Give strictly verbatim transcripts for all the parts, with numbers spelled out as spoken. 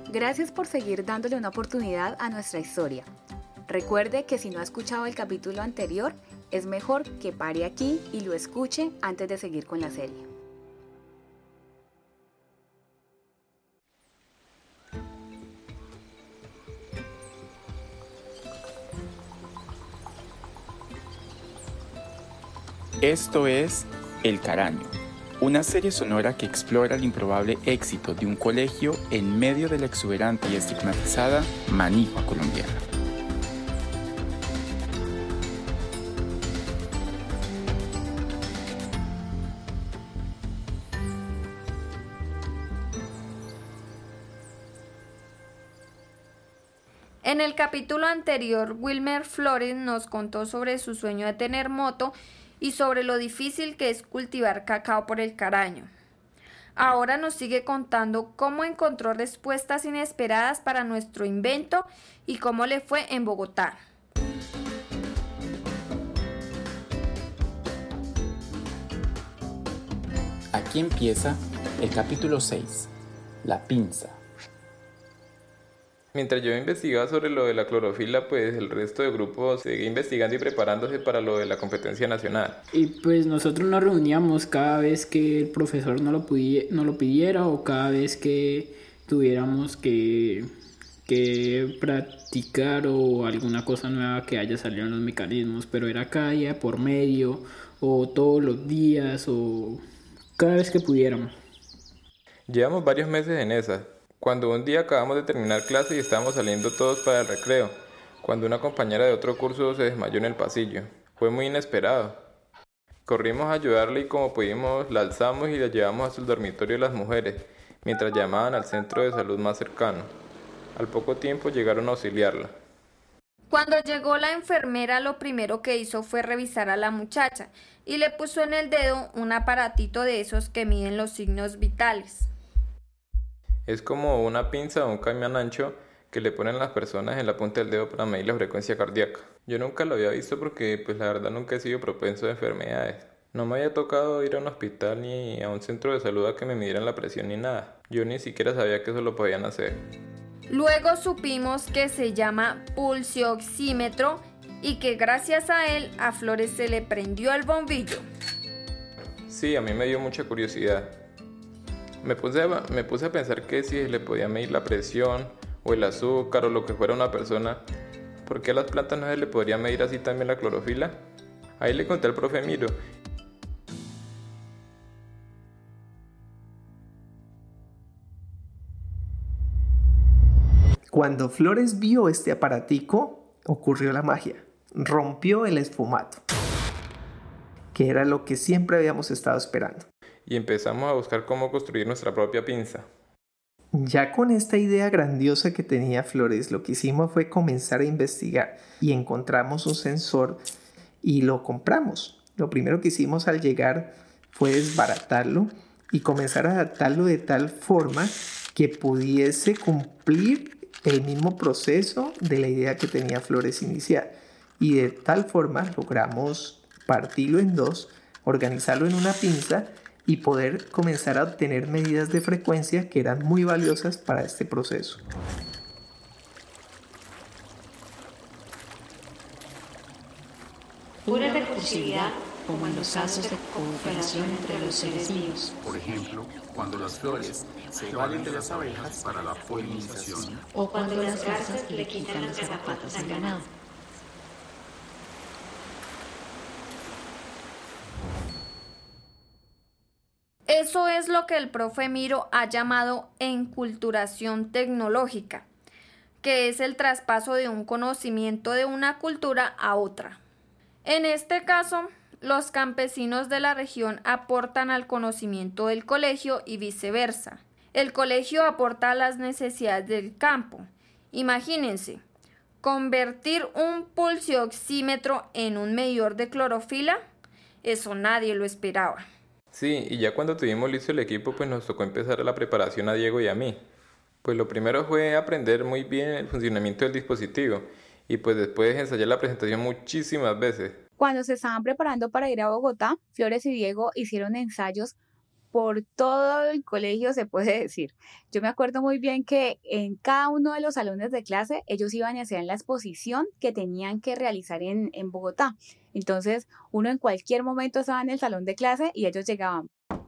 Gracias por seguir dándole una oportunidad a nuestra historia. Recuerde que si no ha escuchado el capítulo anterior, es mejor que pare aquí y lo escuche antes de seguir con la serie. Esto es El Caraño, una serie sonora que explora el improbable éxito de un colegio en medio de la exuberante y estigmatizada Managua colombiana. En el capítulo anterior, Wilmer Flores nos contó sobre su sueño de tener moto y sobre lo difícil que es cultivar cacao por el Caraño. Ahora nos sigue contando cómo encontró respuestas inesperadas para nuestro invento y cómo le fue en Bogotá. Aquí empieza el capítulo seis, La pinza. Mientras yo investigaba sobre lo de la clorofila, pues el resto del grupo seguía investigando y preparándose para lo de la competencia nacional. Y pues nosotros nos reuníamos cada vez que el profesor no lo, pudi- no lo pidiera o cada vez que tuviéramos que, que practicar o alguna cosa nueva que haya salido en los mecanismos, pero era cada día por medio o todos los días o cada vez que pudiéramos. Llevamos varios meses en esa. Cuando un día acabamos de terminar clase y estábamos saliendo todos para el recreo, cuando una compañera de otro curso se desmayó en el pasillo. Fue muy inesperado. Corrimos a ayudarle y como pudimos la alzamos y la llevamos hasta el dormitorio de las mujeres, mientras llamaban al centro de salud más cercano. Al poco tiempo llegaron a auxiliarla. Cuando llegó la enfermera, lo primero que hizo fue revisar a la muchacha y le puso en el dedo un aparatito de esos que miden los signos vitales. Es como una pinza o un caimán ancho que le ponen las personas en la punta del dedo para medir la frecuencia cardíaca. Yo nunca lo había visto porque pues la verdad nunca he sido propenso a enfermedades. No me había tocado ir a un hospital ni a un centro de salud a que me midieran la presión ni nada. Yo ni siquiera sabía que eso lo podían hacer. Luego supimos que se llama pulsioxímetro y que gracias a él a Flores se le prendió el bombillo. Sí, a mí me dio mucha curiosidad. Me puse, a, me puse a pensar que si le podía medir la presión o el azúcar o lo que fuera una persona, ¿por qué a las plantas no se le podría medir así también la clorofila? Ahí le conté al profe Miro. Cuando Flores vio este aparatico, ocurrió la magia. Rompió el esfumato, que era lo que siempre habíamos estado esperando. Y empezamos a buscar cómo construir nuestra propia pinza. Ya con esta idea grandiosa que tenía Flores, lo que hicimos fue comenzar a investigar y encontramos un sensor y lo compramos. Lo primero que hicimos al llegar fue desbaratarlo y comenzar a adaptarlo de tal forma que pudiese cumplir el mismo proceso de la idea que tenía Flores inicial. Y de tal forma logramos partirlo en dos, organizarlo en una pinza y poder comenzar a obtener medidas de frecuencia que eran muy valiosas para este proceso. Pura recursividad, como en los casos de cooperación entre los seres vivos. Por ejemplo, cuando las flores se valen de las abejas para la polinización. O cuando las garzas le quitan las garrapatas al ganado. Eso es lo que el profe Miro ha llamado enculturación tecnológica, que es el traspaso de un conocimiento de una cultura a otra. En este caso, los campesinos de la región aportan al conocimiento del colegio y viceversa. El colegio aporta a las necesidades del campo. Imagínense, convertir un pulsioxímetro en un medidor de clorofila, eso nadie lo esperaba. Sí, y ya cuando tuvimos listo el equipo, pues nos tocó empezar la preparación a Diego y a mí. Pues lo primero fue aprender muy bien el funcionamiento del dispositivo y pues después ensayar la presentación muchísimas veces. Cuando se estaban preparando para ir a Bogotá, Flores y Diego hicieron ensayos por todo el colegio, se puede decir. Yo me acuerdo muy bien que en cada uno de los salones de clase ellos iban y hacían la exposición que tenían que realizar en, en Bogotá. Entonces uno en cualquier momento estaba en el salón de clase y ellos llegaban.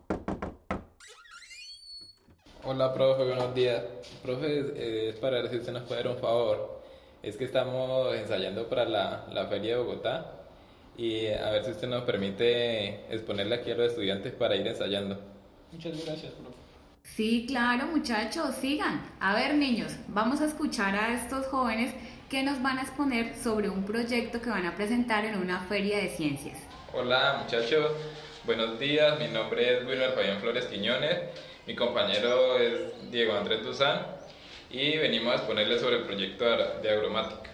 Hola, profe, buenos días. Profe, eh, es para ver si usted nos puede dar un favor. Es que estamos ensayando para la, la feria de Bogotá y a ver si usted nos permite exponerle aquí a los estudiantes para ir ensayando. Muchas gracias, profe. Sí, claro, muchachos, sigan. A ver, niños, vamos a escuchar a estos jóvenes que nos van a exponer sobre un proyecto que van a presentar en una feria de ciencias. Hola, muchachos. Buenos días. Mi nombre es Wilmer Fabián Flores Quiñones. Mi compañero es Diego Andrés Duzán y venimos a exponerles sobre el proyecto de agromática.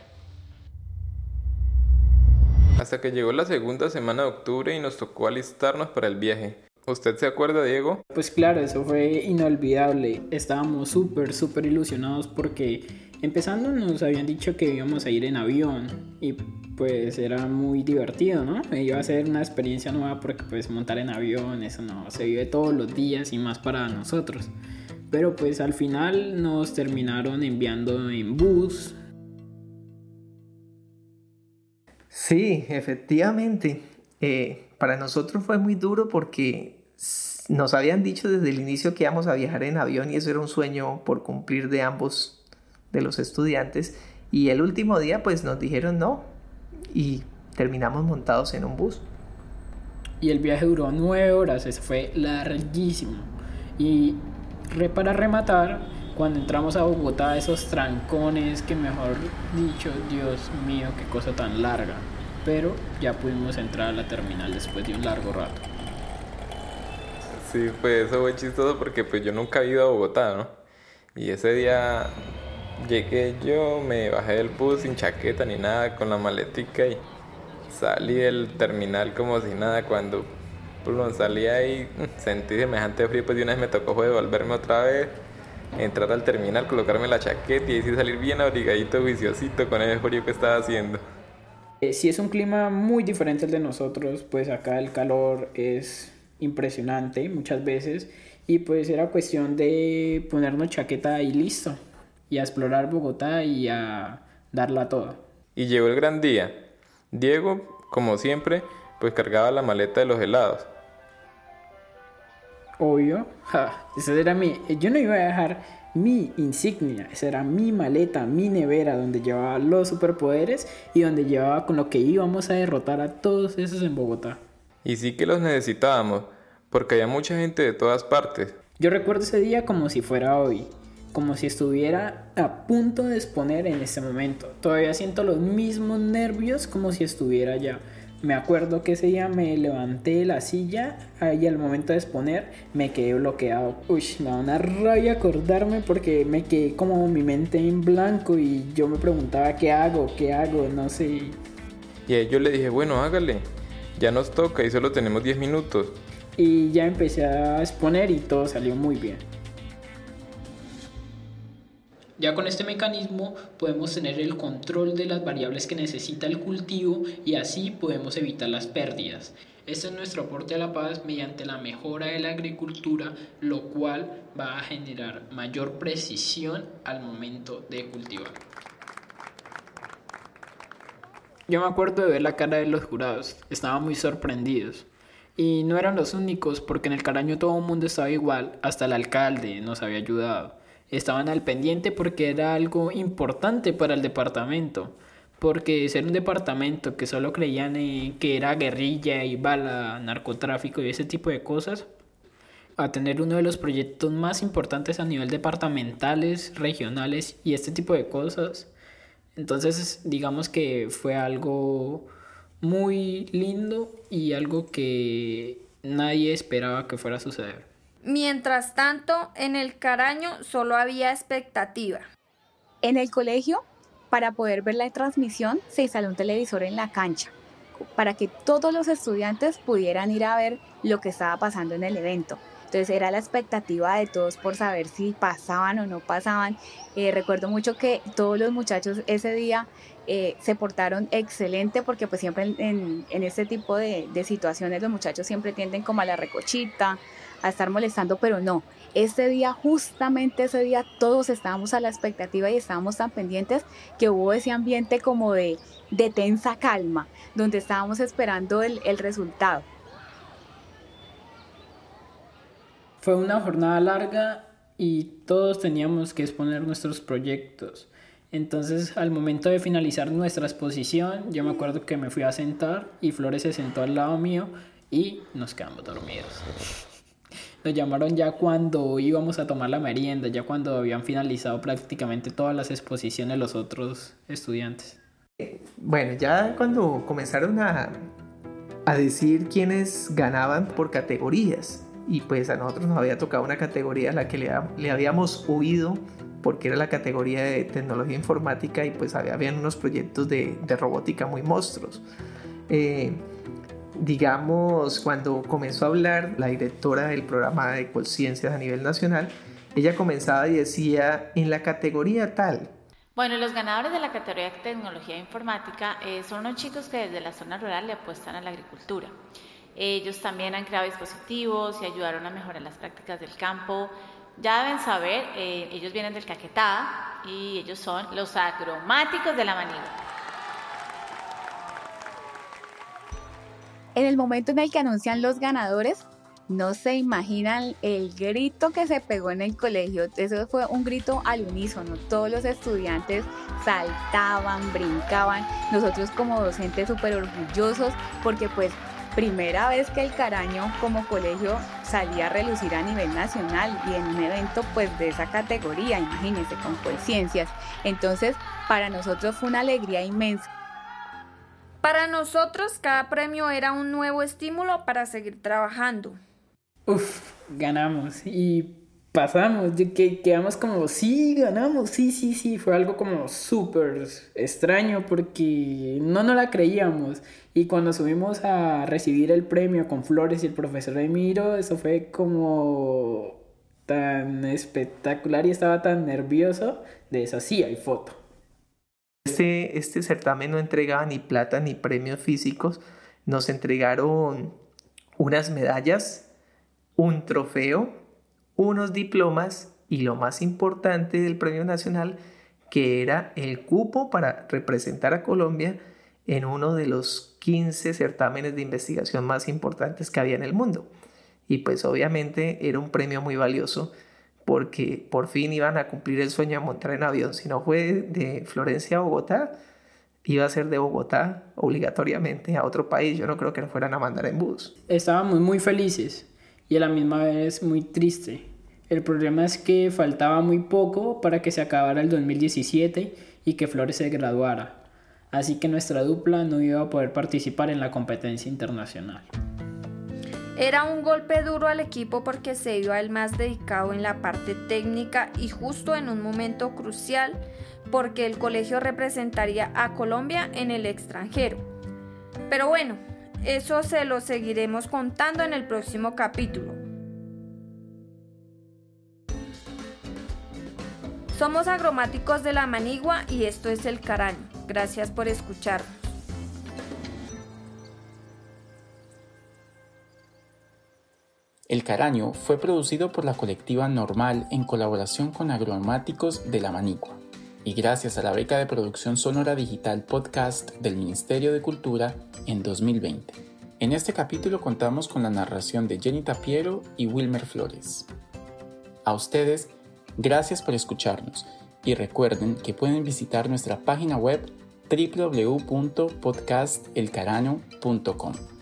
Hasta que llegó la segunda semana de octubre y nos tocó alistarnos para el viaje. ¿Usted se acuerda, Diego? Pues claro, eso fue inolvidable. Estábamos súper, súper ilusionados porque empezando nos habían dicho que íbamos a ir en avión y pues era muy divertido, ¿no? Iba a ser una experiencia nueva porque pues montar en avión, eso no se vive todos los días y más para nosotros. Pero pues al final nos terminaron enviando en bus. Sí, efectivamente. Eh, para nosotros fue muy duro porque nos habían dicho desde el inicio que íbamos a viajar en avión y eso era un sueño por cumplir de ambos de los estudiantes. Y el último día pues nos dijeron no y terminamos montados en un bus. Y el viaje duró nueve horas, eso fue larguísimo. Y re, para rematar, cuando entramos a Bogotá, esos trancones que mejor dicho, Dios mío, qué cosa tan larga. Pero ya pudimos entrar a la terminal después de un largo rato. Sí, pues eso fue chistoso porque pues yo nunca he ido a Bogotá, ¿no? Y ese día llegué yo, me bajé del bus sin chaqueta ni nada, con la maletica y salí del terminal como si nada. Cuando pues, salí ahí, sentí semejante frío, pues de una vez me tocó devolverme otra vez, entrar al terminal, colocarme la chaqueta y ahí sí salir bien abrigadito, juiciosito con el frío que estaba haciendo. Eh, si es un clima muy diferente al de nosotros, pues acá el calor es impresionante muchas veces y pues era cuestión de ponernos chaqueta y listo, y a explorar Bogotá y a darla toda. Y llegó el gran día. Diego, como siempre, pues cargaba la maleta de los helados. Obvio, ja, esa era mi, yo no iba a dejar mi insignia, esa era mi maleta, mi nevera donde llevaba los superpoderes y donde llevaba con lo que íbamos a derrotar a todos esos en Bogotá. Y sí que los necesitábamos, porque había mucha gente de todas partes. Yo recuerdo ese día como si fuera hoy, como si estuviera a punto de exponer en este momento. Todavía siento los mismos nervios como si estuviera allá. Me acuerdo que ese día me levanté de la silla y al momento de exponer me quedé bloqueado. Uy, me da una rabia acordarme porque me quedé como mi mente en blanco y yo me preguntaba qué hago, qué hago, no sé. Y a yo le dije, bueno, hágale, ya nos toca y solo tenemos diez minutos. Y ya empecé a exponer y todo salió muy bien. Ya con este mecanismo podemos tener el control de las variables que necesita el cultivo y así podemos evitar las pérdidas. Este es nuestro aporte a la paz mediante la mejora de la agricultura, lo cual va a generar mayor precisión al momento de cultivar. Yo me acuerdo de ver la cara de los jurados, estaban muy sorprendidos. Y no eran los únicos, porque en el Caraño todo el mundo estaba igual, hasta el alcalde nos había ayudado. Estaban al pendiente porque era algo importante para el departamento, porque ser un departamento que solo creían en que era guerrilla y bala, narcotráfico y ese tipo de cosas, a tener uno de los proyectos más importantes a nivel departamentales, regionales y este tipo de cosas. Entonces digamos que fue algo muy lindo y algo que nadie esperaba que fuera a suceder. Mientras tanto, en el Caraño solo había expectativa. En el colegio, para poder ver la transmisión, se instaló un televisor en la cancha para que todos los estudiantes pudieran ir a ver lo que estaba pasando en el evento. Entonces era la expectativa de todos por saber si pasaban o no pasaban. Eh, recuerdo mucho que todos los muchachos ese día eh, se portaron excelente porque pues siempre en, en, en este tipo de, de situaciones los muchachos siempre tienden como a la recochita, a estar molestando, pero no. Ese día, justamente ese día, todos estábamos a la expectativa y estábamos tan pendientes que hubo ese ambiente como de, de tensa calma, donde estábamos esperando el, el resultado. Fue una jornada larga y todos teníamos que exponer nuestros proyectos. Entonces, al momento de finalizar nuestra exposición, yo me acuerdo que me fui a sentar y Flores se sentó al lado mío y nos quedamos dormidos. Nos llamaron ya cuando íbamos a tomar la merienda, ya cuando habían finalizado prácticamente todas las exposiciones los otros estudiantes. Bueno, ya cuando comenzaron a, a decir quiénes ganaban por categorías, y pues a nosotros nos había tocado una categoría a la que le, le habíamos huido porque era la categoría de tecnología informática y pues había, habían unos proyectos de, de robótica muy monstruos. Eh, digamos, cuando comenzó a hablar la directora del programa de Ecociencias a nivel nacional, ella comenzaba y decía, en la categoría tal. Bueno, los ganadores de la categoría de tecnología informática eh, son unos chicos que desde la zona rural le apuestan a la agricultura. Ellos también han creado dispositivos y ayudaron a mejorar las prácticas del campo. Ya deben saber, eh, ellos vienen del Caquetá y ellos son los agromáticos de la Manigua. En el momento en el que anuncian los ganadores, no se imaginan el grito que se pegó en el colegio. Eso fue un grito al unísono. Todos los estudiantes saltaban, brincaban. Nosotros como docentes súper orgullosos porque pues primera vez que el Caraño como colegio salía a relucir a nivel nacional y en un evento pues de esa categoría, imagínense, con Colciencias. Entonces para nosotros fue una alegría inmensa. Para nosotros cada premio era un nuevo estímulo para seguir trabajando. Uf, ganamos y pasamos, que quedamos como, sí, ganamos, sí, sí, sí, fue algo como súper extraño porque no nos la creíamos. Y cuando subimos a recibir el premio con Flores y el profesor Emiro, eso fue como tan espectacular y estaba tan nervioso de eso, sí, hay foto. Este, este certamen no entregaba ni plata ni premios físicos, nos entregaron unas medallas, un trofeo, unos diplomas y lo más importante del premio nacional, que era el cupo para representar a Colombia en uno de los quince certámenes de investigación más importantes que había en el mundo. Y pues obviamente era un premio muy valioso porque por fin iban a cumplir el sueño de montar en avión. Si no fue de Florencia a Bogotá, iba a ser de Bogotá obligatoriamente a otro país. Yo no creo que nos fueran a mandar en bus. Estábamos muy felices y a la misma vez muy triste. El problema es que faltaba muy poco para que se acabara el dos mil diecisiete y que Flores se graduara. Así que nuestra dupla no iba a poder participar en la competencia internacional. Era un golpe duro al equipo porque se iba el más dedicado en la parte técnica y justo en un momento crucial porque el colegio representaría a Colombia en el extranjero. Pero bueno, eso se lo seguiremos contando en el próximo capítulo. Somos agromáticos de la Manigua y esto es El Caraño. Gracias por escucharnos. El Caraño fue producido por la colectiva Normal en colaboración con Agromáticos de la Manigua y gracias a la beca de producción sonora digital podcast del Ministerio de Cultura en dos mil veinte. En este capítulo contamos con la narración de Jenny Tapiero y Wilmer Flores. A ustedes, gracias por escucharnos y recuerden que pueden visitar nuestra página web doble u doble u doble u punto podcast el caraño punto com.